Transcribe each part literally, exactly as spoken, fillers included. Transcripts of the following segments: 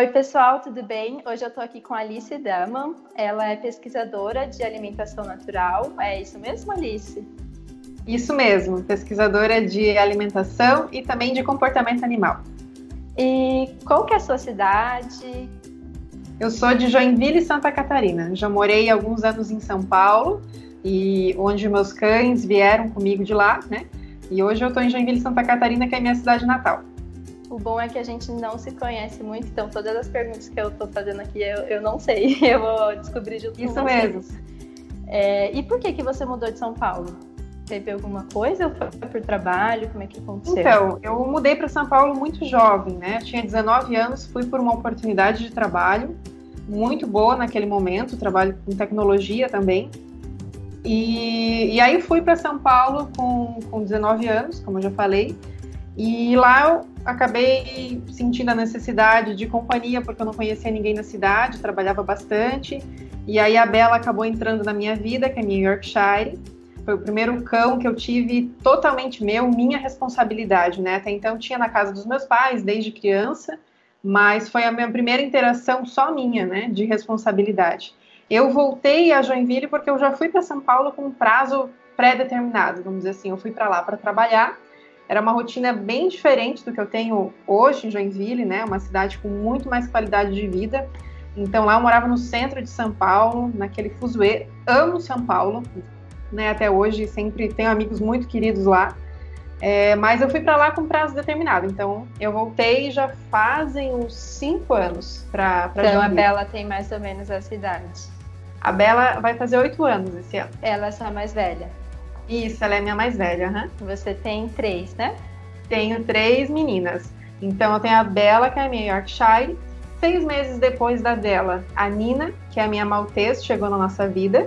pessoal, tudo bem? Hoje eu tô aqui com a Alice Daman. Ela é pesquisadora de alimentação natural. É isso mesmo, Alice? Isso mesmo, pesquisadora de alimentação e também de comportamento animal. E qual que é a sua cidade? Eu sou de Joinville, Santa Catarina. Já morei alguns anos em São Paulo, e onde meus cães vieram comigo de lá, né? E hoje eu tô em Joinville, Santa Catarina, que é a minha cidade natal. O bom é que a gente não se conhece muito, então todas as perguntas que eu tô fazendo aqui eu, eu não sei. Eu vou descobrir junto Isso com vocês. mesmo. É, e por que que você mudou de São Paulo? Teve alguma coisa ou foi por trabalho? Como é que aconteceu? Então, eu mudei para São Paulo muito jovem, né? Eu tinha dezenove anos, fui por uma oportunidade de trabalho muito boa naquele momento, trabalho com tecnologia também. E, e aí fui para São Paulo com, com dezenove anos, como eu já falei. E lá eu acabei sentindo a necessidade de companhia, porque eu não conhecia ninguém na cidade, trabalhava bastante. E aí a Bela acabou entrando na minha vida, que é a minha Yorkshire. Foi o primeiro cão que eu tive totalmente meu, minha responsabilidade, né? Até então tinha na casa dos meus pais, desde criança, mas foi a minha primeira interação só minha, né? De responsabilidade. Eu voltei a Joinville porque eu já fui para São Paulo com um prazo pré-determinado, vamos dizer assim. Eu fui para lá para trabalhar. Era uma rotina bem diferente do que eu tenho hoje em Joinville, né? Uma cidade com muito mais qualidade de vida. Então lá eu morava no centro de São Paulo, naquele fuzuê. Amo São Paulo, né? Até hoje sempre tenho amigos muito queridos lá. É, mas eu fui para lá com prazo determinado. Então eu voltei já fazem uns cinco anos para Então Joinville. A Bela tem mais ou menos essa idade. A Bela vai fazer oito anos esse ano. Ela é sua mais velha? Isso, ela é minha mais velha. Uhum. Você tem três, né? Tenho três meninas. Então eu tenho a Bela, que é a minha Yorkshire. Seis meses depois da dela, a Nina, que é a minha Maltese, chegou na nossa vida.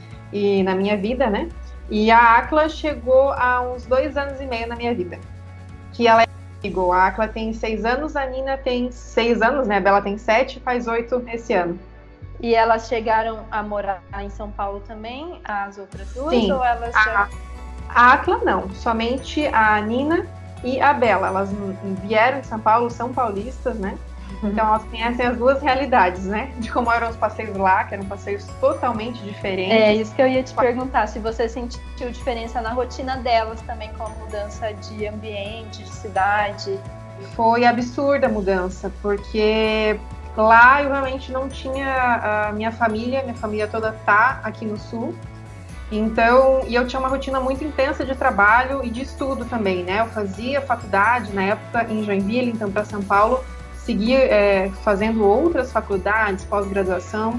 E na minha vida, né? E a Akla chegou há uns dois anos e meio na minha vida. Que ela é comigo. A Akla tem seis anos, a Nina tem seis anos, né? A Bela tem sete, faz oito esse ano. E elas chegaram a morar em São Paulo também, as outras duas? Sim. Ou elas a, já... a Akla não, somente a Nina e a Bela. Elas vieram de São Paulo, são paulistas, né? Uhum. Então elas conhecem as duas realidades, né? De como eram os passeios lá, que eram passeios totalmente diferentes. É isso que eu ia te perguntar, se você sentiu diferença na rotina delas também, com a mudança de ambiente, de cidade. Foi absurda a mudança, porque lá eu realmente não tinha a minha família, minha família toda tá aqui no sul. Então, e eu tinha uma rotina muito intensa de trabalho e de estudo também, né? Eu fazia faculdade na época em Joinville, então para São Paulo, seguia é, fazendo outras faculdades, pós-graduação.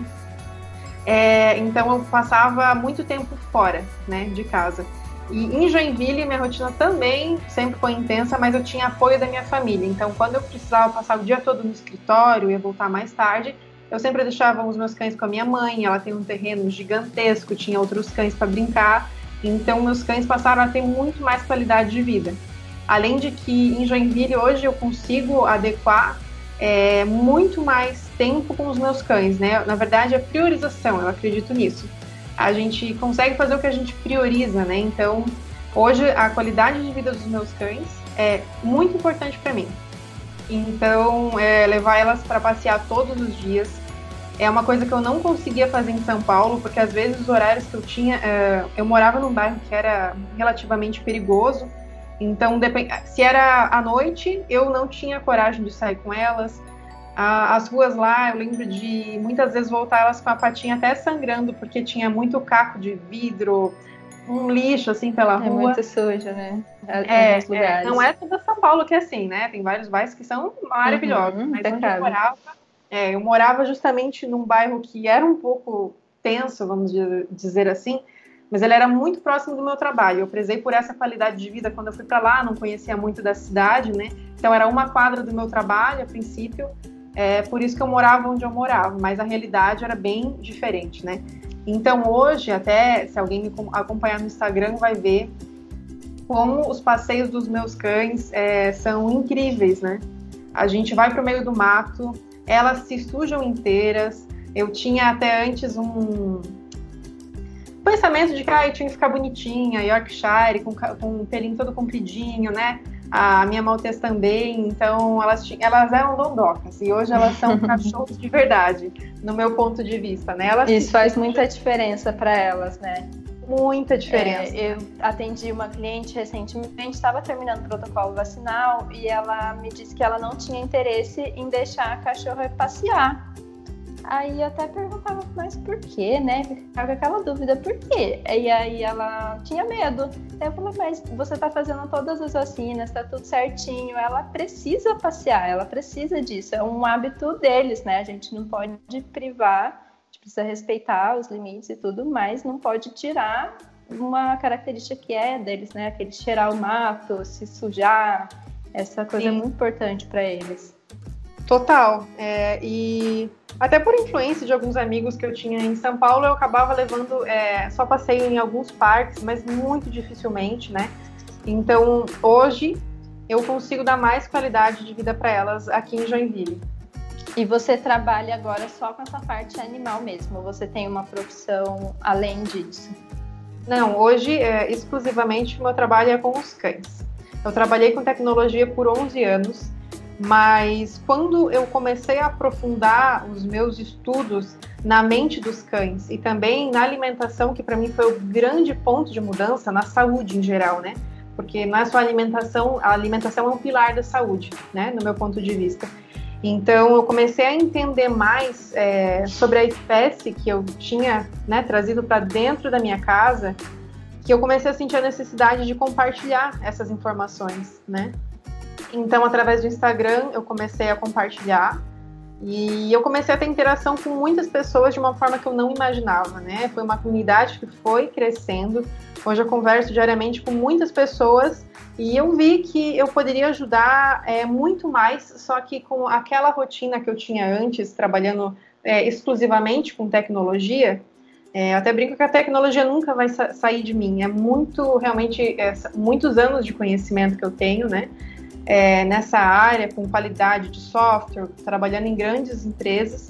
É, então eu passava muito tempo fora, né, de casa. E em Joinville, minha rotina também sempre foi intensa, mas eu tinha apoio da minha família. Então, quando eu precisava passar o dia todo no escritório, ia voltar mais tarde, eu sempre deixava os meus cães com a minha mãe. Ela tem um terreno gigantesco, tinha outros cães para brincar. Então, meus cães passaram a ter muito mais qualidade de vida. Além de que, em Joinville, hoje eu consigo adequar é, muito mais tempo com os meus cães, né? Na verdade, a priorização, eu acredito nisso. A gente consegue fazer o que a gente prioriza, né? Então, hoje, a qualidade de vida dos meus cães é muito importante para mim. Então, é, levar elas para passear todos os dias é uma coisa que eu não conseguia fazer em São Paulo, porque às vezes os horários que eu tinha... É, eu morava num bairro que era relativamente perigoso, então, se era à noite, eu não tinha coragem de sair com elas. As ruas lá, eu lembro de muitas vezes voltar elas com a patinha até sangrando, porque tinha muito caco de vidro, um lixo assim pela é rua. É muito sujo, né? É, é, não é toda São Paulo que é assim, né? Tem vários bairros que são maravilhosos. Uhum, mas onde eu morava, é, eu morava justamente num bairro que era um pouco tenso, vamos dizer assim, mas ele era muito próximo do meu trabalho. Eu prezei por essa qualidade de vida quando eu fui para lá, não conhecia muito da cidade, né? Então era uma quadra do meu trabalho, a princípio. É por isso que eu morava onde eu morava, mas a realidade era bem diferente, né? Então hoje, até se alguém me acompanhar no Instagram, vai ver como os passeios dos meus cães é, são incríveis, né? A gente vai para o meio do mato, elas se sujam inteiras. Eu tinha até antes um pensamento de que ah, eu tinha que ficar bonitinha, Yorkshire, com, com um pelinho todo compridinho, né? a minha Maltese também, então elas, elas eram dondocas, e hoje elas são cachorros de verdade, no meu ponto de vista, né? Elas Isso faz muita diferença para elas, né? Muita diferença. É, eu atendi uma cliente recentemente, estava terminando o protocolo vacinal, e ela me disse que ela não tinha interesse em deixar a cachorra passear. Aí eu até perguntava, mas por quê, né? Ficava com aquela dúvida, por quê? E aí ela tinha medo. Aí eu falei, mas você tá fazendo todas as vacinas, tá tudo certinho. Ela precisa passear, ela precisa disso. É um hábito deles, né? A gente não pode privar, a gente precisa respeitar os limites e tudo, mas não pode tirar uma característica que é deles, né? Aquele cheirar o mato, se sujar, essa coisa Sim. é muito importante para eles. Total. É, e até por influência de alguns amigos que eu tinha em São Paulo, eu acabava levando, é, só passeio em alguns parques, mas muito dificilmente, né? Então, hoje, eu consigo dar mais qualidade de vida para elas aqui em Joinville. E você trabalha agora só com essa parte animal mesmo? Você tem uma profissão além disso? Não, hoje, é, exclusivamente, o meu trabalho é com os cães. Eu trabalhei com tecnologia por onze anos, mas quando eu comecei a aprofundar os meus estudos na mente dos cães e também na alimentação, que para mim foi o grande ponto de mudança, na saúde em geral, né? Porque não é só a alimentação, a alimentação é um pilar da saúde, né? No meu ponto de vista. Então eu comecei a entender mais é, sobre a espécie que eu tinha, né, trazido para dentro da minha casa, que eu comecei a sentir a necessidade de compartilhar essas informações, né? Então, através do Instagram, eu comecei a compartilhar e eu comecei a ter interação com muitas pessoas de uma forma que eu não imaginava, né? Foi uma comunidade que foi crescendo. Hoje eu converso diariamente com muitas pessoas e eu vi que eu poderia ajudar é, muito mais, só que com aquela rotina que eu tinha antes, trabalhando é, exclusivamente com tecnologia. É, eu até brinco que a tecnologia nunca vai sa- sair de mim. É muito, realmente, é, muitos anos de conhecimento que eu tenho, né? É, nessa área, com qualidade de software, trabalhando em grandes empresas,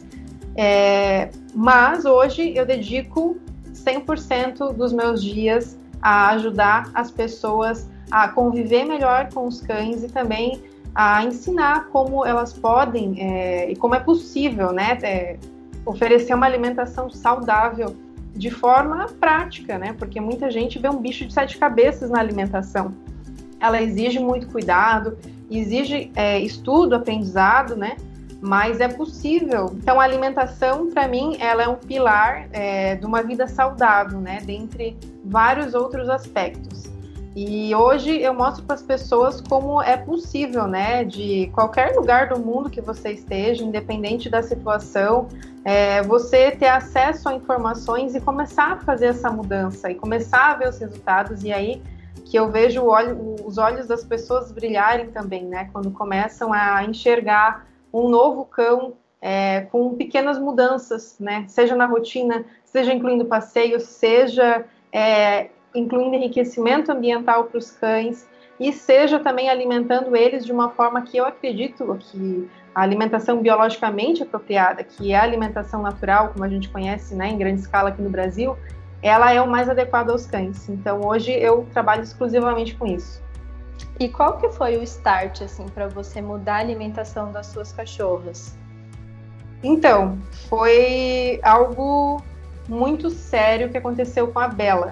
é, mas hoje eu dedico cem por cento dos meus dias a ajudar as pessoas a conviver melhor com os cães e também a ensinar como elas podem é, e como é possível, né, é, oferecer uma alimentação saudável de forma prática, né, porque muita gente vê um bicho de sete cabeças na alimentação. Ela exige muito cuidado, exige é, estudo, aprendizado, né? Mas é possível. Então, a alimentação, para mim, ela é um pilar é, de uma vida saudável, né? Dentre vários outros aspectos. E hoje eu mostro para as pessoas como é possível, né? De qualquer lugar do mundo que você esteja, independente da situação, é, você ter acesso a informações e começar a fazer essa mudança e começar a ver os resultados. E aí que eu vejo o olho, os olhos das pessoas brilharem também, né? Quando começam a enxergar um novo cão é, com pequenas mudanças, né? Seja na rotina, seja incluindo passeios, seja é, incluindo enriquecimento ambiental para os cães e seja também alimentando eles de uma forma que eu acredito que a alimentação biologicamente apropriada, que é a alimentação natural, como a gente conhece, né, em grande escala aqui no Brasil, ela é o mais adequado aos cães. Então, hoje eu trabalho exclusivamente com isso. E qual que foi o start, assim, para você mudar a alimentação das suas cachorras? Então, foi algo muito sério que aconteceu com a Bela.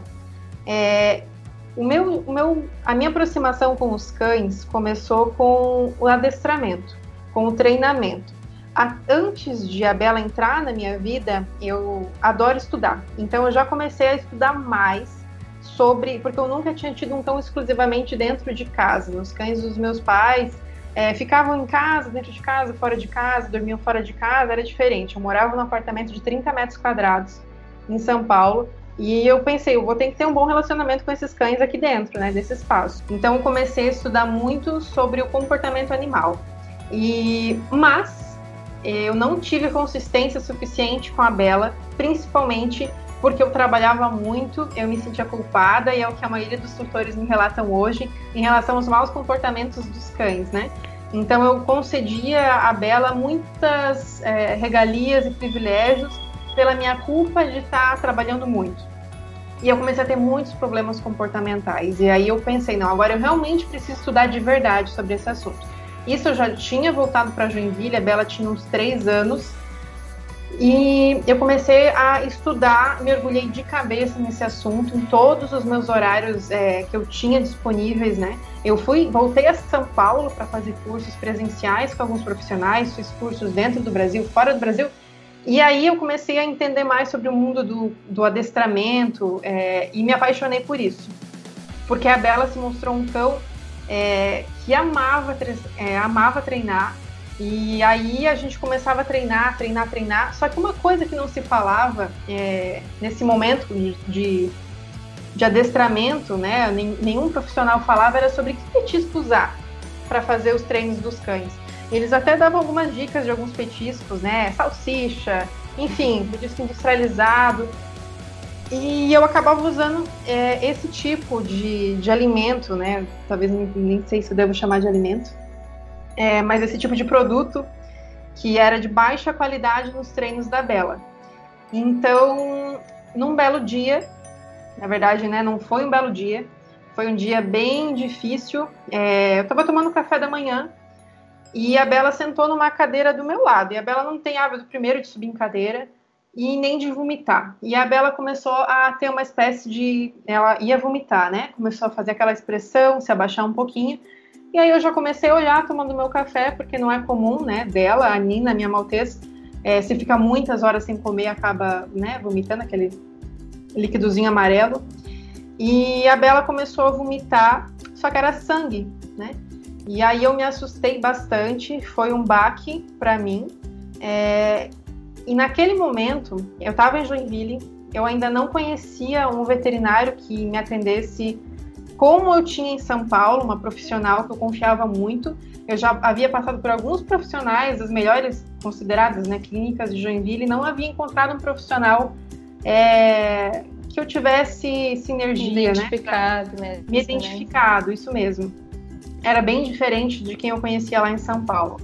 É, o meu, o meu, a minha aproximação com os cães começou com o adestramento, com o treinamento. A, antes de a Bela entrar na minha vida, eu adoro estudar. Então, eu já comecei a estudar mais sobre... Porque eu nunca tinha tido um cão exclusivamente dentro de casa. Os cães dos meus pais é, ficavam em casa, dentro de casa, fora de casa, dormiam fora de casa, era diferente. Eu morava num apartamento de trinta metros quadrados, em São Paulo, e eu pensei, eu vou ter que ter um bom relacionamento com esses cães aqui dentro, né, desse espaço. Então, eu comecei a estudar muito sobre o comportamento animal. E, mas... eu não tive consistência suficiente com a Bela, principalmente porque eu trabalhava muito, eu me sentia culpada, e é o que a maioria dos tutores me relatam hoje, em relação aos maus comportamentos dos cães, né? Então eu concedia a Bela muitas é, regalias e privilégios pela minha culpa de estar trabalhando muito. e eu comecei a ter muitos problemas comportamentais. E aí eu pensei, não, agora eu realmente preciso estudar de verdade sobre esse assunto. Isso eu já tinha voltado para Joinville, a Bela tinha uns três anos, e eu comecei a estudar, mergulhei de cabeça nesse assunto, em todos os meus horários é, que eu tinha disponíveis, né? Eu fui, voltei a São Paulo para fazer cursos presenciais com alguns profissionais, fiz cursos dentro do Brasil, fora do Brasil, e aí eu comecei a entender mais sobre o mundo do, do adestramento é, e me apaixonei por isso, porque a Bela se mostrou um cão é, que amava, é, amava treinar. E aí a gente começava a treinar, treinar, treinar. Só que uma coisa que não se falava é, nesse momento de, de, de adestramento, né? Nenhum profissional falava, era sobre que petisco usar para fazer os treinos dos cães. Eles até davam algumas dicas de alguns petiscos, né? Salsicha, enfim, petisco industrializado. E eu acabava usando é, esse tipo de, de alimento, né? Talvez nem, nem sei se eu devo chamar de alimento. É, mas esse tipo de produto que era de baixa qualidade nos treinos da Bela. Então, num belo dia, na verdade, né, não foi um belo dia, foi um dia bem difícil. É, eu estava tomando café da manhã e a Bela sentou numa cadeira do meu lado. E a Bela não tem hábito, primeiro, de subir em cadeira e nem de vomitar. E a Bela começou a ter uma espécie de... Ela ia vomitar, né? Começou a fazer aquela expressão, se abaixar um pouquinho. E aí eu já comecei a olhar tomando meu café, porque não é comum, né, dela, a Nina, minha maltesa, é, se fica muitas horas sem comer, acaba, né, vomitando aquele líquidozinho amarelo. E a Bela começou a vomitar, só que era sangue, né? E aí eu me assustei bastante, foi um baque para mim. É, e naquele momento, eu estava em Joinville, eu ainda não conhecia um veterinário que me atendesse como eu tinha em São Paulo, uma profissional que eu confiava muito. Eu já havia passado por alguns profissionais, as melhores consideradas, né, clínicas de Joinville, e não havia encontrado um profissional é, que eu tivesse sinergia, identificado, né? Mesmo, Me identificado, né? Isso mesmo. Era bem diferente de quem eu conhecia lá em São Paulo.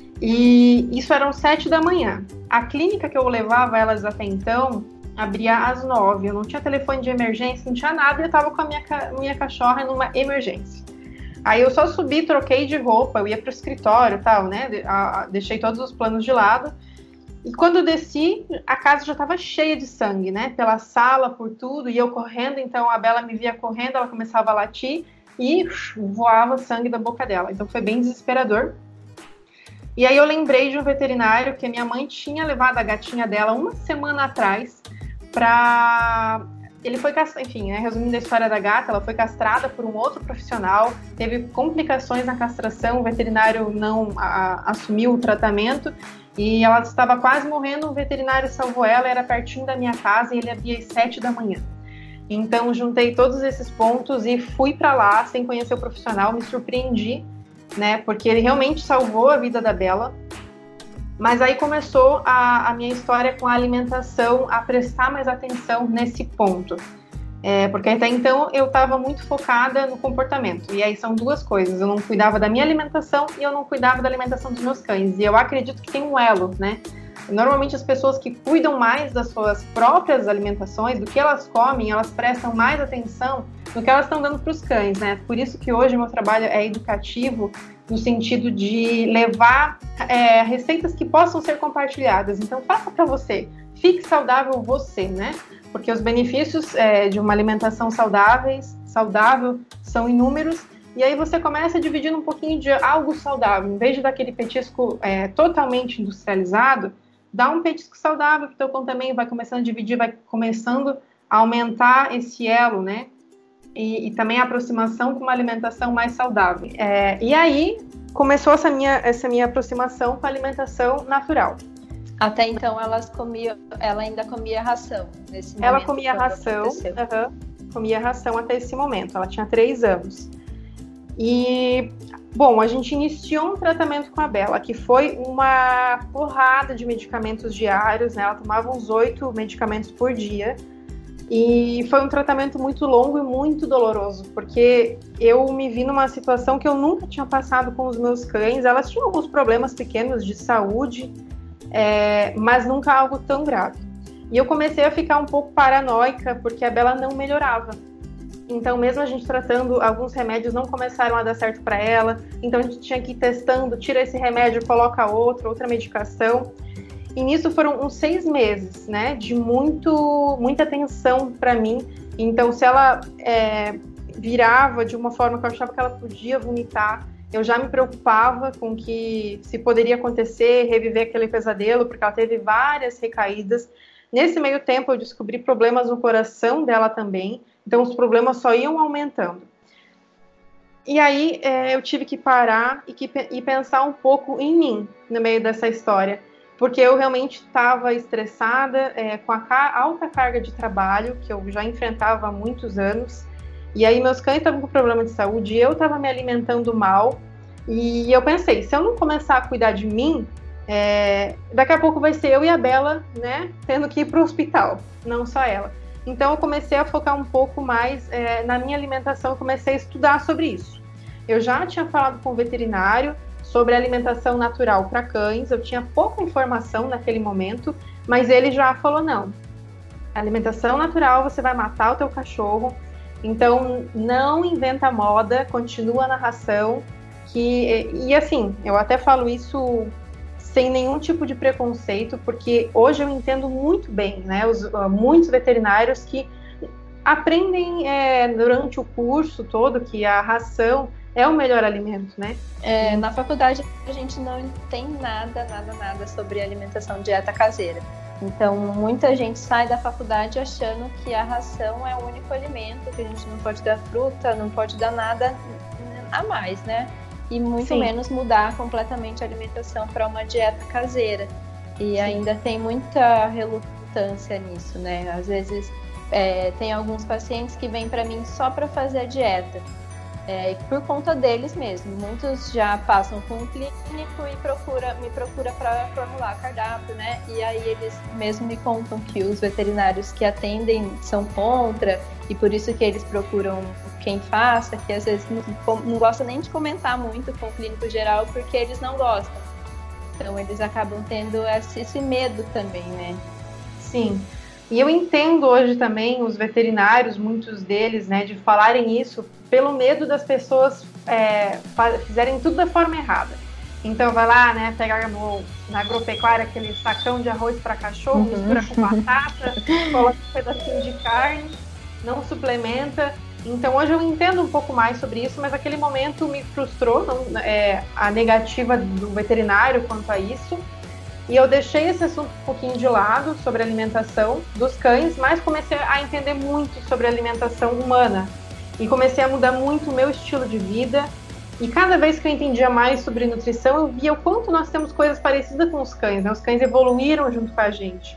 E isso eram sete da manhã. A clínica que eu levava elas até então abria às nove, eu não tinha telefone de emergência, não tinha nada, e eu estava com a minha, minha cachorra numa emergência. Aí eu só subi, troquei de roupa, eu ia para o escritório e tal, né, deixei todos os planos de lado, e quando eu desci, a casa já estava cheia de sangue, né, pela sala, por tudo, e eu correndo, então a Bela me via correndo, ela começava a latir, e voava sangue da boca dela, então foi bem desesperador. E aí eu lembrei de um veterinário que a minha mãe tinha levado a gatinha dela uma semana atrás, Pra... Ele foi castrado, enfim, né, resumindo a história da gata, ela foi castrada por um outro profissional, teve complicações na castração, o veterinário não a, assumiu o tratamento e ela estava quase morrendo, o veterinário salvou ela, era pertinho da minha casa e ele abria às sete da manhã. Então juntei todos esses pontos e fui para lá sem conhecer o profissional, me surpreendi, né, porque ele realmente salvou a vida da Bela. Mas aí começou a, a minha história com a alimentação, a prestar mais atenção nesse ponto. É, porque até então eu estava muito focada no comportamento. E aí são duas coisas. Eu não cuidava da minha alimentação e eu não cuidava da alimentação dos meus cães. E eu acredito que tem um elo, né? Normalmente as pessoas que cuidam mais das suas próprias alimentações, do que elas comem, elas prestam mais atenção no que elas estão dando para os cães, né? Por isso que hoje o meu trabalho é educativo, no sentido de levar é, receitas que possam ser compartilhadas. Então, faça para você. Fique saudável você, né? Porque os benefícios é, de uma alimentação saudável, saudável são inúmeros. E aí você começa dividindo um pouquinho de algo saudável. Em vez de dar aquele petisco é, totalmente industrializado, dá um petisco saudável, que o teu cão também vai começando a dividir, vai começando a aumentar esse elo, né? E, e também a aproximação com uma alimentação mais saudável. É, e aí começou essa minha, essa minha aproximação com a alimentação natural. Até então elas comiam, ela ainda comia ração nesse momento. Ela comia ração, uh-huh, comia ração até esse momento. Ela tinha três anos. E bom, a gente iniciou um tratamento com a Bela, que foi uma porrada de medicamentos diários, né? Ela tomava uns oito medicamentos por dia. E foi um tratamento muito longo e muito doloroso, porque eu me vi numa situação que eu nunca tinha passado com os meus cães. Elas tinham alguns problemas pequenos de saúde, é, mas nunca algo tão grave. E eu comecei a ficar um pouco paranoica, porque a Bela não melhorava. Então, mesmo a gente tratando, alguns remédios não começaram a dar certo para ela. Então, a gente tinha que ir testando, tira esse remédio, coloca outro, outra medicação. E nisso foram uns seis meses, né, de muito, muita atenção para mim. Então, se ela é, virava de uma forma que eu achava que ela podia vomitar, eu já me preocupava com que se poderia acontecer, reviver aquele pesadelo, porque ela teve várias recaídas. Nesse meio tempo, eu descobri problemas no coração dela também, então os problemas só iam aumentando. E aí, é, eu tive que parar e, que, e pensar um pouco em mim, no meio dessa história, porque eu realmente estava estressada, é, com a ca- alta carga de trabalho, que eu já enfrentava há muitos anos, e aí meus cães estavam com problema de saúde, eu estava me alimentando mal, e eu pensei, se eu não começar a cuidar de mim, É, daqui a pouco vai ser eu e a Bela, né, tendo que ir para o hospital, não só ela. Então eu comecei a focar um pouco mais é, na minha alimentação, eu comecei a estudar sobre isso. Eu já tinha falado com o veterinário sobre alimentação natural para cães, eu tinha pouca informação naquele momento, mas ele já falou, não, alimentação natural você vai matar o teu cachorro, então não inventa moda, continua na ração, que, e, e assim, eu até falo isso sem nenhum tipo de preconceito, porque hoje eu entendo muito bem, né, os, uh, muitos veterinários que aprendem é, durante o curso todo que a ração é o melhor alimento, né? É, na faculdade a gente não tem nada, nada, nada sobre alimentação, dieta caseira. Então muita gente sai da faculdade achando que a ração é o único alimento, que a gente não pode dar fruta, não pode dar nada a mais, né? E muito Sim. menos mudar completamente a alimentação para uma dieta caseira. E Sim. ainda tem muita relutância nisso, né? Às vezes é, tem alguns pacientes que vêm para mim só para fazer a dieta, é, por conta deles mesmo. Muitos já passam com um clínico e procura, me procura para formular cardápio, né? E aí eles mesmo me contam que os veterinários que atendem são contra, e por isso que eles procuram quem faça, que às vezes não, não gosta nem de comentar muito com o clínico geral, porque eles não gostam. Então eles acabam tendo esse, esse medo também, né? Sim. E eu entendo hoje também os veterinários, muitos deles, né, de falarem isso pelo medo das pessoas é, fizerem tudo da forma errada. Então vai lá, né, pegar no, na agropecuária aquele sacão de arroz para cachorro, uhum. mistura com batata, coloca um pedacinho de carne, não suplementa. Então hoje eu entendo um pouco mais sobre isso, mas naquele momento me frustrou não, é, a negativa do veterinário quanto a isso. E eu deixei esse assunto um pouquinho de lado sobre a alimentação dos cães, mas comecei a entender muito sobre a alimentação humana. E comecei a mudar muito o meu estilo de vida. E cada vez que eu entendia mais sobre nutrição, eu via o quanto nós temos coisas parecidas com os cães, né? Os cães evoluíram junto com a gente.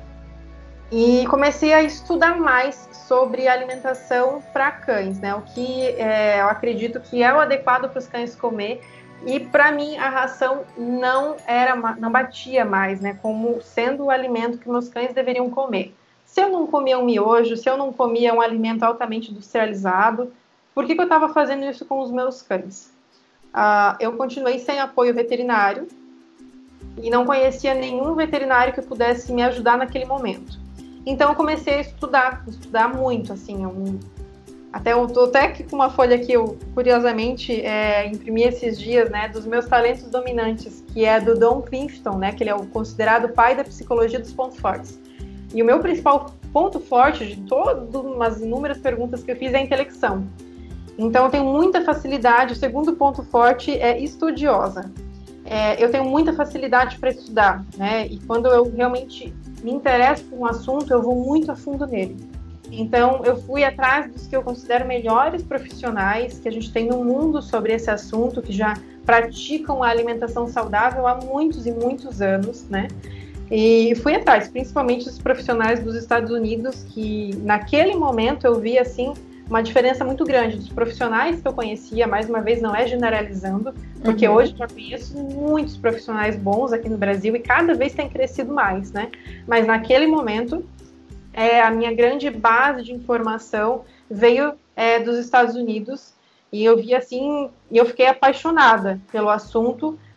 E comecei a estudar mais sobre alimentação para cães, né? O que é, eu acredito que é o adequado para os cães comer. E para mim a ração não era, não batia mais, né, como sendo o alimento que meus cães deveriam comer. Se eu não comia um miojo, se eu não comia um alimento altamente industrializado, por que, que eu estava fazendo isso com os meus cães? Uh, eu continuei sem apoio veterinário e não conhecia nenhum veterinário que pudesse me ajudar naquele momento. Então eu comecei a estudar, estudar muito, assim, eu, até eu tô até aqui com uma folha que eu, curiosamente, é, imprimi esses dias, né, dos meus talentos dominantes, que é do Don Clifton, né, que ele é o considerado pai da psicologia dos pontos fortes. E o meu principal ponto forte de todas as inúmeras perguntas que eu fiz é a intelecção. Então eu tenho muita facilidade, o segundo ponto forte é estudiosa. É, eu tenho muita facilidade para estudar, né, e quando eu realmente me interesso por um assunto, eu vou muito a fundo nele. Então, eu fui atrás dos que eu considero melhores profissionais que a gente tem no mundo sobre esse assunto, que já praticam a alimentação saudável há muitos e muitos anos, né? E fui atrás, principalmente dos profissionais dos Estados Unidos, que naquele momento eu vi, assim, uma diferença muito grande dos profissionais que eu conhecia, mais uma vez, não é generalizando, porque uhum. hoje eu já conheço muitos profissionais bons aqui no Brasil e cada vez tem crescido mais, né? Mas naquele momento, É, a minha grande base de informação veio é, dos Estados Unidos e eu vi assim, e eu fiquei apaixonada pelo assunto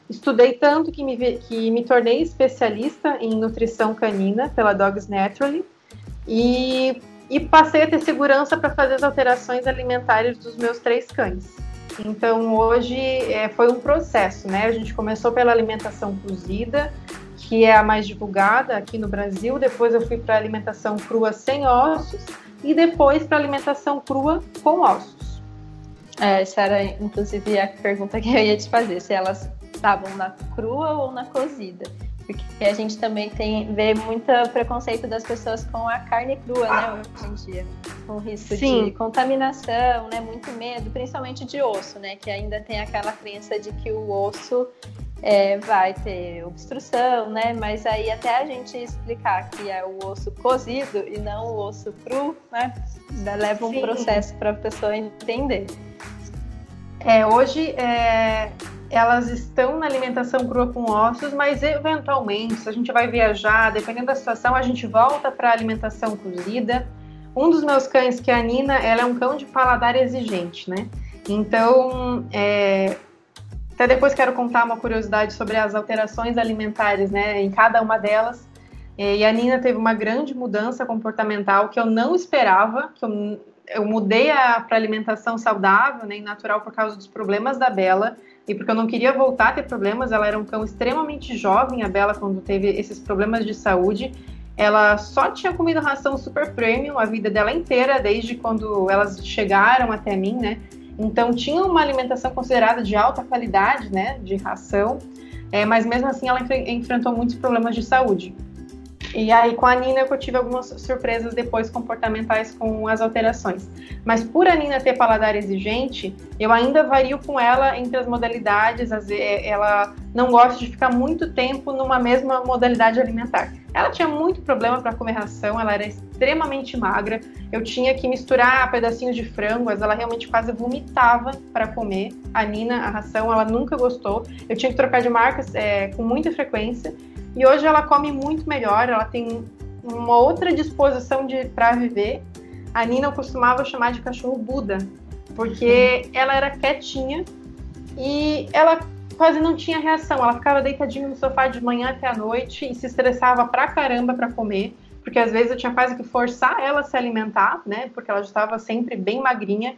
Estudei tanto que me, que me tornei especialista em nutrição canina pela Dogs Naturally e, e passei a ter segurança para fazer as alterações alimentares dos meus três cães. Então, hoje é, foi um processo, né? A gente começou pela alimentação cozida, que é a mais divulgada aqui no Brasil. Depois eu fui para a alimentação crua sem ossos e depois para a alimentação crua com ossos. É, essa era, inclusive, a pergunta que eu ia te fazer, se elas estavam na crua ou na cozida. Porque a gente também tem, vê muito preconceito das pessoas com a carne crua, né, hoje em dia. Com risco Sim. de contaminação, né, muito medo, principalmente de osso, né, que ainda tem aquela crença de que o osso é, vai ter obstrução, né, mas aí até a gente explicar que é o osso cozido e não o osso cru, né, ainda leva um Sim. processo para a pessoa entender. É, hoje, é... elas estão na alimentação crua com ossos, mas eventualmente, se a gente vai viajar, dependendo da situação, a gente volta para a alimentação cozida. Um dos meus cães, que é a Nina, ela é um cão de paladar exigente, né? Então, é... até depois quero contar uma curiosidade sobre as alterações alimentares, né, em cada uma delas. E a Nina teve uma grande mudança comportamental que eu não esperava, que eu, eu mudei para alimentação saudável, né, e natural por causa dos problemas da Bela. E porque eu não queria voltar a ter problemas, ela era um cão extremamente jovem, a Bela, quando teve esses problemas de saúde. Ela só tinha comido ração super premium a vida dela inteira, desde quando elas chegaram até mim, né? Então, tinha uma alimentação considerada de alta qualidade, né, de ração, é, mas mesmo assim ela enfre- enfrentou muitos problemas de saúde. E aí, com a Nina, eu tive algumas surpresas depois comportamentais com as alterações. Mas por a Nina ter paladar exigente, eu ainda vario com ela entre as modalidades. Ela não gosta de ficar muito tempo numa mesma modalidade alimentar. Ela tinha muito problema para comer ração, ela era extremamente magra. Eu tinha que misturar pedacinhos de frango, ela realmente quase vomitava para comer. A Nina, a ração, ela nunca gostou. Eu tinha que trocar de marcas é, com muita frequência. E hoje ela come muito melhor, ela tem uma outra disposição para viver. A Nina eu costumava chamar de cachorro Buda, porque ela era quietinha e ela quase não tinha reação. Ela ficava deitadinha no sofá de manhã até a noite e se estressava pra caramba para comer, porque às vezes eu tinha quase que forçar ela a se alimentar, né? Porque ela já estava sempre bem magrinha.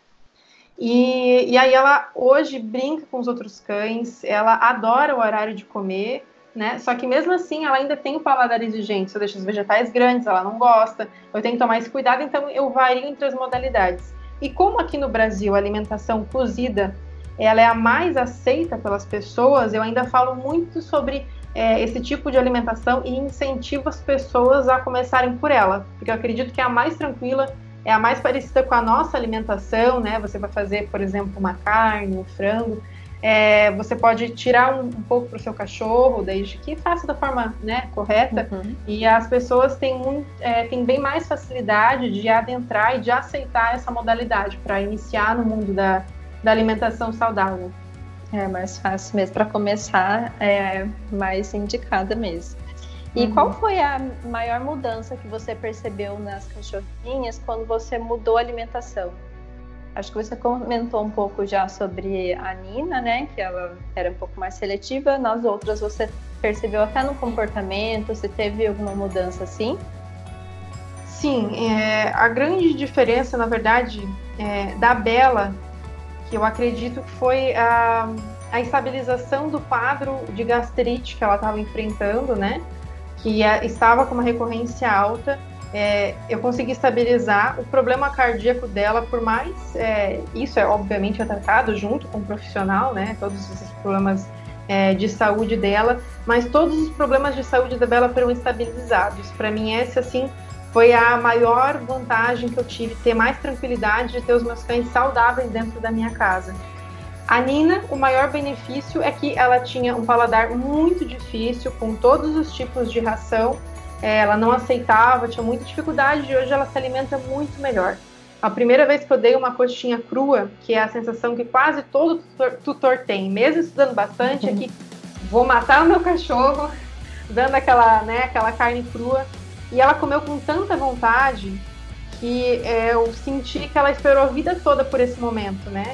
E, e aí ela hoje brinca com os outros cães, ela adora o horário de comer, né? Só que mesmo assim ela ainda tem o paladar exigente. Se eu deixo os vegetais grandes, ela não gosta. Eu tenho que tomar esse cuidado, então eu vario entre as modalidades. E como aqui no Brasil a alimentação cozida ela é a mais aceita pelas pessoas, eu ainda falo muito sobre é, esse tipo de alimentação e incentivo as pessoas a começarem por ela, porque eu acredito que é a mais tranquila, é a mais parecida com a nossa alimentação, né? Você vai fazer, por exemplo, uma carne, um frango. É, você pode tirar um, um pouco para o seu cachorro, desde que faça da forma, né, correta. Uhum. E as pessoas têm, muito, é, têm bem mais facilidade de adentrar e de aceitar essa modalidade para iniciar no mundo da, da alimentação saudável. É mais fácil mesmo, para começar é mais indicada mesmo. E uhum. qual foi a maior mudança que você percebeu nas cachorrinhas quando você mudou a alimentação? Acho que você comentou um pouco já sobre a Nina, né? Que ela era um pouco mais seletiva. Nas outras você percebeu até no comportamento? Você teve alguma mudança assim? Sim, é, a grande diferença, na verdade, é, da Bela, que eu acredito que foi a, a estabilização do quadro de gastrite que ela estava enfrentando, né? Que a, estava com uma recorrência alta. É, eu consegui estabilizar o problema cardíaco dela, por mais é, isso é obviamente é tratado junto com o profissional, né, todos esses problemas é, de saúde dela, mas todos os problemas de saúde da Bela foram estabilizados. Para mim essa assim foi a maior vantagem que eu tive, ter mais tranquilidade de ter os meus cães saudáveis dentro da minha casa. A Nina, o maior benefício é que ela tinha um paladar muito difícil com todos os tipos de ração. Ela não aceitava, tinha muita dificuldade, e hoje ela se alimenta muito melhor. A primeira vez que eu dei uma coxinha crua, que é a sensação que quase todo tutor, tutor tem, mesmo estudando bastante, uhum. é que vou matar o meu cachorro, dando aquela, né, aquela carne crua. E ela comeu com tanta vontade que é, eu senti que ela esperou a vida toda por esse momento, né?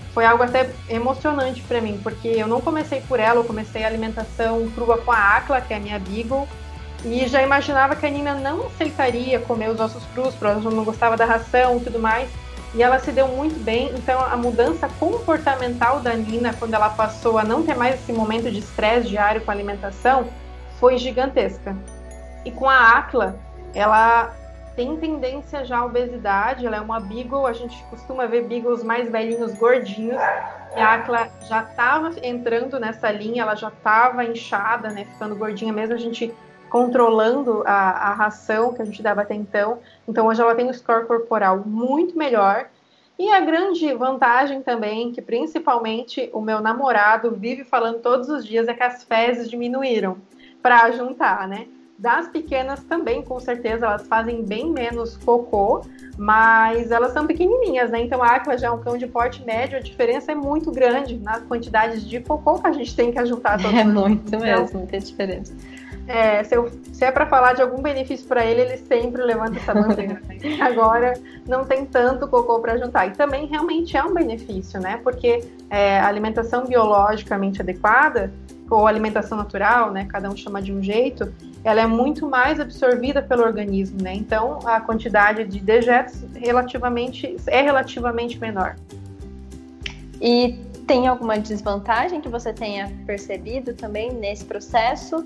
foi algo até emocionante para mim, porque eu não comecei por ela, eu comecei a alimentação crua com a Acla, que é a minha Beagle, e já imaginava que a Nina não aceitaria comer os ossos crus, porque ela não gostava da ração e tudo mais, e ela se deu muito bem. Então a mudança comportamental da Nina, quando ela passou a não ter mais esse momento de estresse diário com a alimentação, foi gigantesca. E com a Acla, ela tem tendência já à obesidade, ela é uma Beagle, a gente costuma ver Beagles mais velhinhos, gordinhos, e a Acla já estava entrando nessa linha, ela já estava inchada, né, ficando gordinha mesmo, a gente controlando a, a ração que a gente dava até então. Então hoje ela tem um score corporal muito melhor, e a grande vantagem também, que principalmente o meu namorado vive falando todos os dias, é que as fezes diminuíram para juntar, né? Das pequenas também, com certeza, elas fazem bem menos cocô, mas elas são pequenininhas, né? Então a Acla já é um cão de porte médio, a diferença é muito grande nas quantidades de cocô que a gente tem que ajuntar. É muito mesmo, muita diferença. É, se, eu, se é para falar de algum benefício para ele, ele sempre levanta essa bandeira. Né? Agora não tem tanto cocô para juntar. E também realmente é um benefício, né? Porque é, a alimentação biologicamente adequada, ou alimentação natural, né? Cada um chama de um jeito, ela é muito mais absorvida pelo organismo, né? Então a quantidade de dejetos relativamente, é relativamente menor. E tem alguma desvantagem que você tenha percebido também nesse processo?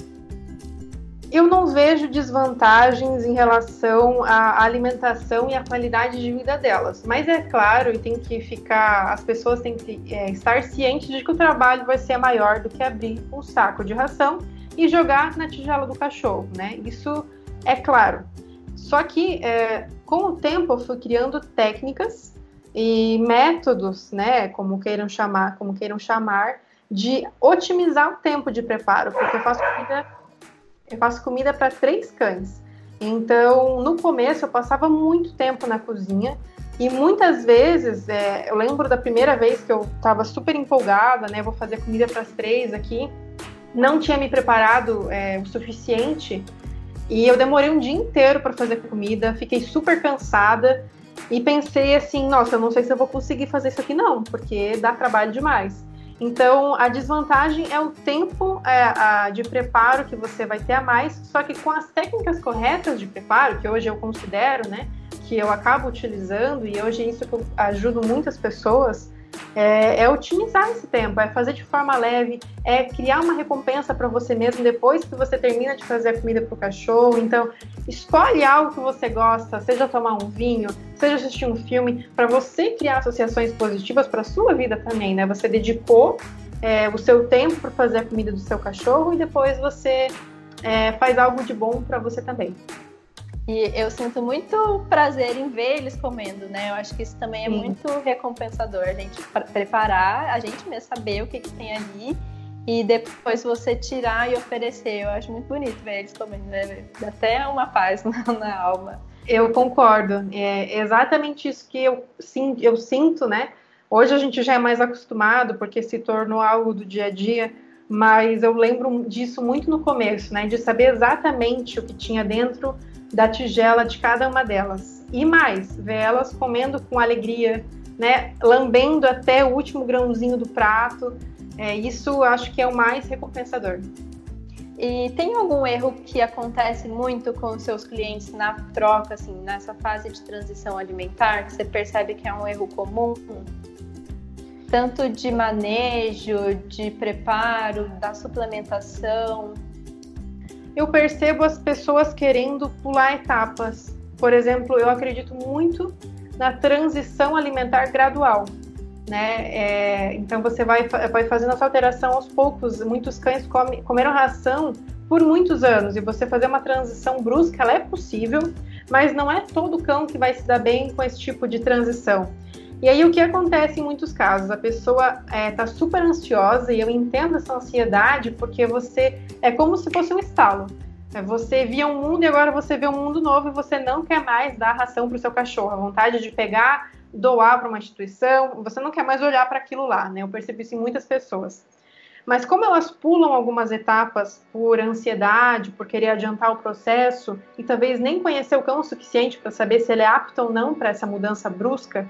Eu não vejo desvantagens em relação à alimentação e à qualidade de vida delas. Mas é claro, e tem que ficar, as pessoas têm que é, estar cientes de que o trabalho vai ser maior do que abrir um saco de ração e jogar na tigela do cachorro, né? Isso é claro. Só que é, com o tempo eu fui criando técnicas e métodos, né? Como queiram chamar, como queiram chamar, de otimizar o tempo de preparo, porque eu faço comida Eu faço comida para três cães. Então, no começo, eu passava muito tempo na cozinha. E muitas vezes, é, eu lembro da primeira vez que eu estava super empolgada, né? Vou fazer comida para as três aqui. Não tinha me preparado é, o suficiente. E eu demorei um dia inteiro para fazer comida. Fiquei super cansada. E pensei assim, nossa, eu não sei se eu vou conseguir fazer isso aqui não. Porque dá trabalho demais. Então, a desvantagem é o tempo é, a, de preparo que você vai ter a mais, só que com as técnicas corretas de preparo, que hoje eu considero, né, que eu acabo utilizando, e hoje é isso que eu ajudo muitas pessoas, é, é otimizar esse tempo, é fazer de forma leve, é criar uma recompensa para você mesmo depois que você termina de fazer a comida para o cachorro. Então, escolhe algo que você gosta, seja tomar um vinho, seja assistir um filme, para você criar associações positivas para a sua vida também, né? Você dedicou é, o seu tempo para fazer a comida do seu cachorro e depois você é, faz algo de bom para você também. E eu sinto muito prazer em ver eles comendo, né? Eu acho que isso também é Sim. muito recompensador, a gente preparar, a gente mesmo saber o que, que tem ali e depois você tirar e oferecer. Eu acho muito bonito ver eles comendo, né? Dá até uma paz na, na alma. Eu concordo, é exatamente isso que eu, sim, eu sinto, né? Hoje a gente já é mais acostumado porque se tornou algo do dia a dia, mas eu lembro disso muito no começo, né? De saber exatamente o que tinha dentro da tigela de cada uma delas. E mais, ver elas comendo com alegria, né? Lambendo até o último grãozinho do prato. É, isso acho que é o mais recompensador. E tem algum erro que acontece muito com os seus clientes na troca, assim, nessa fase de transição alimentar, que você percebe que é um erro comum? Tanto de manejo, de preparo, da suplementação? Eu percebo as pessoas querendo pular etapas. Por exemplo, eu acredito muito na transição alimentar gradual, né? É, então você vai, vai fazendo essa alteração aos poucos. Muitos cães come, comeram ração por muitos anos e você fazer uma transição brusca, ela é possível, mas não é todo cão que vai se dar bem com esse tipo de transição. E aí o que acontece em muitos casos? A pessoa está é, super ansiosa e eu entendo essa ansiedade porque você é como se fosse um estalo. Você via um mundo e agora você vê um mundo novo e você não quer mais dar ração para o seu cachorro. A vontade de pegar, doar para uma instituição, você não quer mais olhar para aquilo lá, né? Eu percebi isso em muitas pessoas. Mas como elas pulam algumas etapas por ansiedade, por querer adiantar o processo e talvez nem conhecer o cão o suficiente para saber se ele é apto ou não para essa mudança brusca,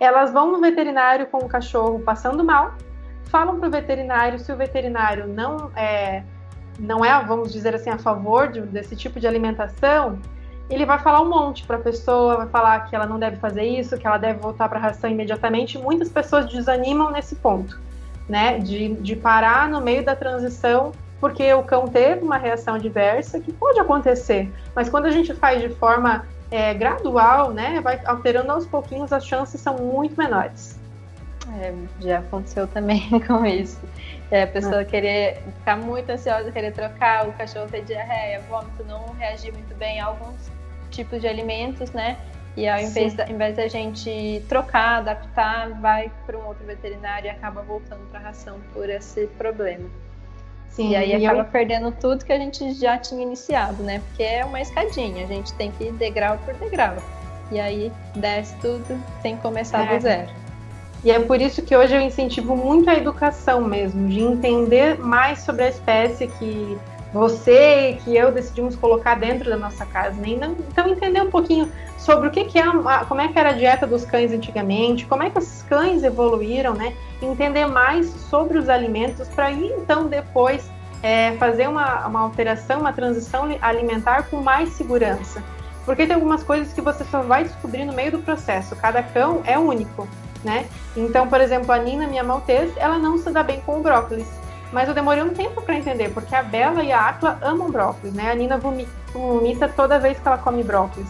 elas vão no veterinário com o cachorro passando mal, falam para o veterinário, se o veterinário não é, não é, vamos dizer assim, a favor de, desse tipo de alimentação, ele vai falar um monte para a pessoa, vai falar que ela não deve fazer isso, que ela deve voltar para a ração imediatamente. Muitas pessoas desanimam nesse ponto, né, de, de parar no meio da transição, porque o cão teve uma reação adversa, que pode acontecer, mas quando a gente faz de forma é, gradual, né, vai alterando aos pouquinhos, as chances são muito menores. É, já aconteceu também com isso. É, a pessoa é. querer ficar muito ansiosa, querer trocar, o cachorro ter diarreia, vômito, não reagir muito bem a alguns tipos de alimentos, né? E ao invés da, ao invés da gente trocar, adaptar, vai para um outro veterinário e acaba voltando para a ração por esse problema. Sim, e aí e acaba eu... perdendo tudo que a gente já tinha iniciado, né? Porque é uma escadinha, a gente tem que ir degrau por degrau. E aí desce tudo sem começar é. do zero. E é por isso que hoje eu incentivo muito a educação mesmo, de entender mais sobre a espécie que você e que eu decidimos colocar dentro da nossa casa, né? Então entender um pouquinho sobre o que, que é, a, como é que era a dieta dos cães antigamente, como é que os cães evoluíram, né? Entender mais sobre os alimentos para ir então depois é, fazer uma, uma alteração, uma transição alimentar com mais segurança. Porque tem algumas coisas que você só vai descobrir no meio do processo, cada cão é único, né? Então, por exemplo, a Nina, minha maltese, ela não se dá bem com o brócolis. Mas eu demorei um tempo para entender, porque a Bela e a Aquila amam brócolis, né? A Nina vomita toda vez que ela come brócolis.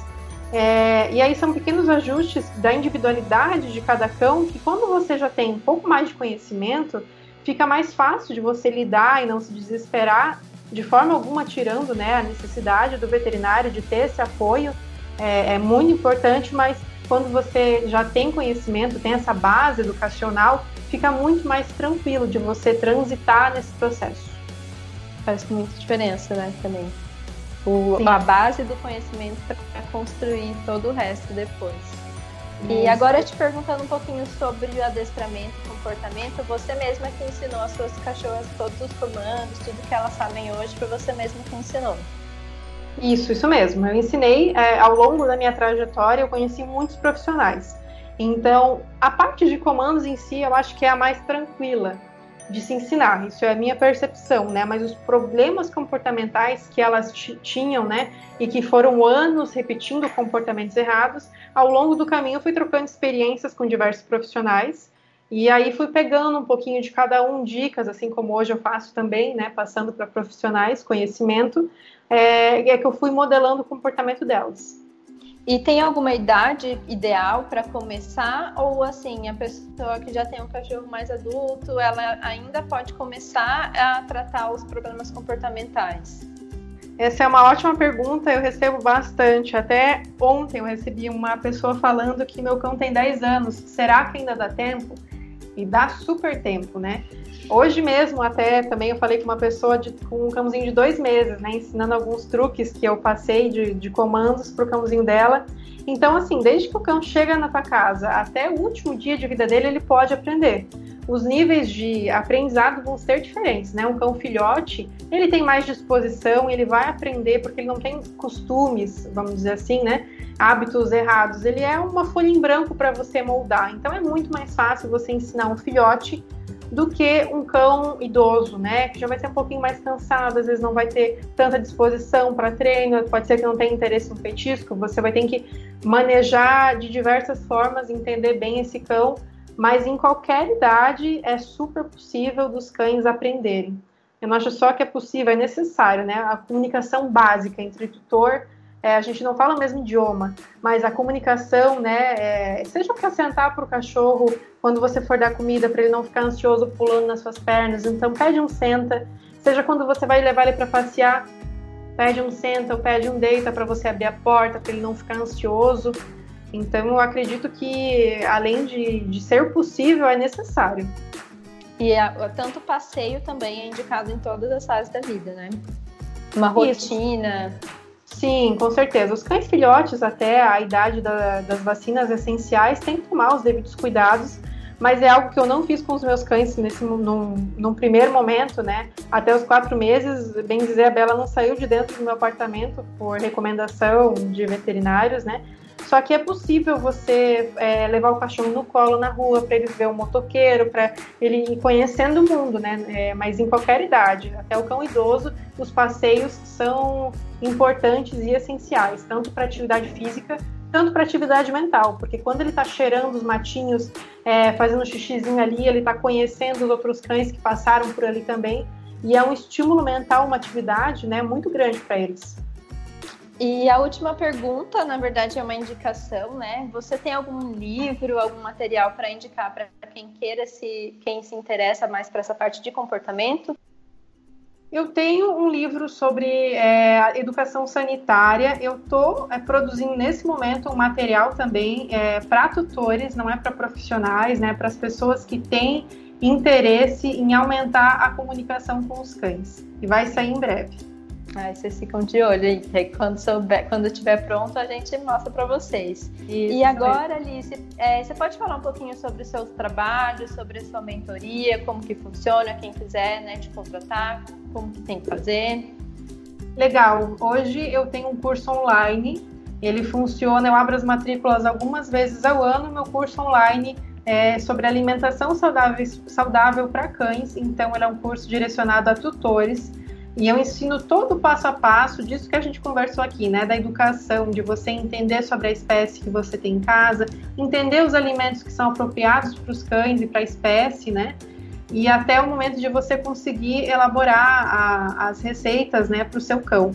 É, e aí são pequenos ajustes da individualidade de cada cão, que quando você já tem um pouco mais de conhecimento, fica mais fácil de você lidar e não se desesperar de forma alguma, tirando, né, a necessidade do veterinário de ter esse apoio. É, é muito importante, mas quando você já tem conhecimento, tem essa base educacional, fica muito mais tranquilo de você transitar nesse processo. Faz muita diferença, né, também. O, a base do conhecimento para construir todo o resto depois. Isso. E agora te perguntando um pouquinho sobre o adestramento e comportamento, você mesma que ensinou as suas cachorras todos os comandos, tudo que elas sabem hoje, foi você mesma que ensinou? Isso, isso mesmo. Eu ensinei, é, ao longo da minha trajetória, eu conheci muitos profissionais. Então, a parte de comandos em si, eu acho que é a mais tranquila de se ensinar. Isso é a minha percepção, né? Mas os problemas comportamentais que elas tinham, né? E que foram anos repetindo comportamentos errados, ao longo do caminho eu fui trocando experiências com diversos profissionais. E aí fui pegando um pouquinho de cada um, dicas, assim como hoje eu faço também, né? Passando para profissionais, conhecimento, é, é que eu fui modelando o comportamento delas. E tem alguma idade ideal para começar? Ou assim, a pessoa que já tem um cachorro mais adulto, ela ainda pode começar a tratar os problemas comportamentais? Essa é uma ótima pergunta, eu recebo bastante. Até ontem eu recebi uma pessoa falando que meu cão tem dez anos. Será que ainda dá tempo? E dá super tempo, né? Hoje mesmo, até também eu falei com uma pessoa de, com um cãozinho de dois meses, né? Ensinando alguns truques que eu passei de, de comandos para o cãozinho dela. Então, assim, desde que o cão chega na tua casa até o último dia de vida dele, ele pode aprender. Os níveis de aprendizado vão ser diferentes, né? Um cão filhote, ele tem mais disposição, ele vai aprender porque ele não tem costumes, vamos dizer assim, né? Hábitos errados. Ele é uma folha em branco para você moldar. Então, é muito mais fácil você ensinar um filhote do que um cão idoso, né, que já vai ser um pouquinho mais cansado, às vezes não vai ter tanta disposição para treino, pode ser que não tenha interesse no petisco, você vai ter que manejar de diversas formas, entender bem esse cão, mas em qualquer idade é super possível dos cães aprenderem. Eu não acho só que é possível, é necessário, né, a comunicação básica entre tutor. É, a gente não fala o mesmo idioma, mas a comunicação, né, é, seja para sentar para o cachorro quando você for dar comida, para ele não ficar ansioso pulando nas suas pernas, então pede um senta, seja quando você vai levar ele para passear, pede um senta ou pede um deita para você abrir a porta, para ele não ficar ansioso. Então eu acredito que, além de, de ser possível, é necessário. E a, tanto o passeio também é indicado em todas as fases da vida, né? Uma rotina... Isso. Sim, com certeza. Os cães filhotes, até a idade da, das vacinas essenciais, têm que tomar os devidos cuidados, mas é algo que eu não fiz com os meus cães nesse, num, num primeiro momento, né? Até os quatro meses, bem dizer, a Bela não saiu de dentro do meu apartamento por recomendação de veterinários, né? Só que é possível você é, levar o cachorro no colo na rua para ele ver o motoqueiro, para ele ir conhecendo o mundo, né? É, mas em qualquer idade, até o cão idoso, os passeios são importantes e essenciais, tanto para atividade física, tanto para atividade mental, porque quando ele está cheirando os matinhos, é, fazendo um xixizinho ali, ele está conhecendo os outros cães que passaram por ali também, e é um estímulo mental, uma atividade, né, muito grande para eles. E a última pergunta, na verdade, é uma indicação, né? Você tem algum livro, algum material para indicar para quem queira se, quem se interessa mais para essa parte de comportamento? Eu tenho um livro sobre é, educação sanitária. Eu estou é, produzindo nesse momento um material também é, para tutores, não é para profissionais, né? Para as pessoas que têm interesse em aumentar a comunicação com os cães. E vai sair em breve. Ai, vocês ficam de olho aí, que quando souber, quando estiver pronto, a gente mostra para vocês. Isso, e agora, Alice, é, você pode falar um pouquinho sobre os seus trabalhos, sobre a sua mentoria, como que funciona, quem quiser, né, te contratar, como que tem que fazer? Legal. Hoje eu tenho um curso online, ele funciona, eu abro as matrículas algumas vezes ao ano, meu curso online é sobre alimentação saudável, saudável para cães, então ele é um curso direcionado a tutores. E eu ensino todo o passo a passo disso que a gente conversou aqui, né? Da educação, de você entender sobre a espécie que você tem em casa, entender os alimentos que são apropriados para os cães e para a espécie, né? E até o momento de você conseguir elaborar a, as receitas, né, para o seu cão.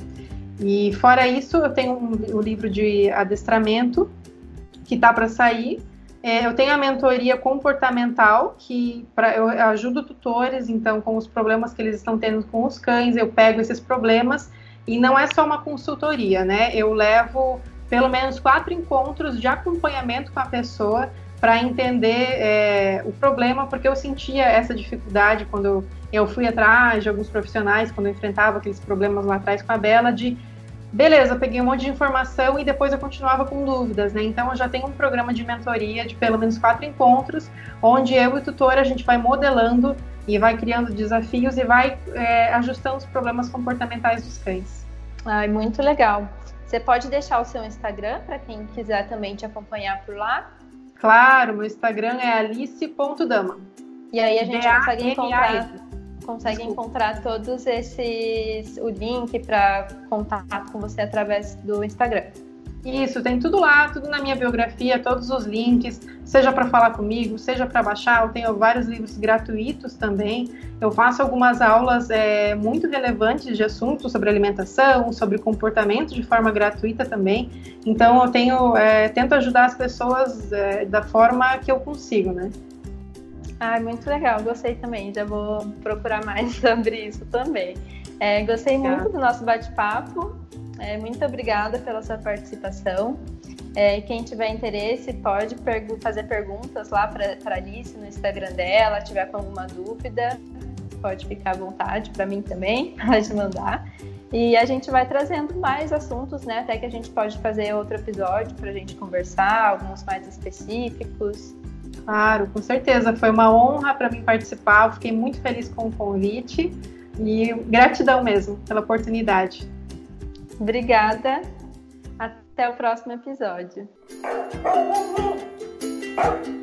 E fora isso, eu tenho um, um livro de adestramento que está para sair. É, eu tenho a mentoria comportamental, que pra, eu ajudo tutores, então, com os problemas que eles estão tendo com os cães, eu pego esses problemas, e não é só uma consultoria, né? Eu levo pelo menos quatro encontros de acompanhamento com a pessoa para entender é, o problema, porque eu sentia essa dificuldade quando eu, eu fui atrás de alguns profissionais, quando eu enfrentava aqueles problemas lá atrás com a Bela, de beleza, eu peguei um monte de informação e depois eu continuava com dúvidas, né? Então eu já tenho um programa de mentoria de pelo menos quatro encontros, onde eu e o tutor a gente vai modelando e vai criando desafios e vai é, ajustando os problemas comportamentais dos cães. Ai, muito legal. Você pode deixar o seu Instagram para quem quiser também te acompanhar por lá? Claro, meu Instagram é alice ponto dama. E aí a gente consegue encontrar... consegue Desculpa. encontrar todos esses, o link para contato com você através do Instagram. Isso, tem tudo lá, tudo na minha biografia, todos os links, seja para falar comigo, seja para baixar. Eu tenho vários livros gratuitos também. Eu faço algumas aulas é, muito relevantes de assuntos sobre alimentação, sobre comportamento de forma gratuita também. Então eu tenho, é, tento ajudar as pessoas é, da forma que eu consigo, né? Ah, muito legal, gostei também, já vou procurar mais sobre isso também. É, gostei muito muito do nosso bate-papo, é, muito obrigada pela sua participação. É, quem tiver interesse pode pergu- fazer perguntas lá para a Alice no Instagram dela, tiver com alguma dúvida, pode ficar à vontade, para mim também, pode mandar. E a gente vai trazendo mais assuntos, né, até que a gente pode fazer outro episódio para a gente conversar, alguns mais específicos. Claro, com certeza. Foi uma honra para mim participar. Eu fiquei muito feliz com o convite e gratidão mesmo pela oportunidade. Obrigada. Até o próximo episódio.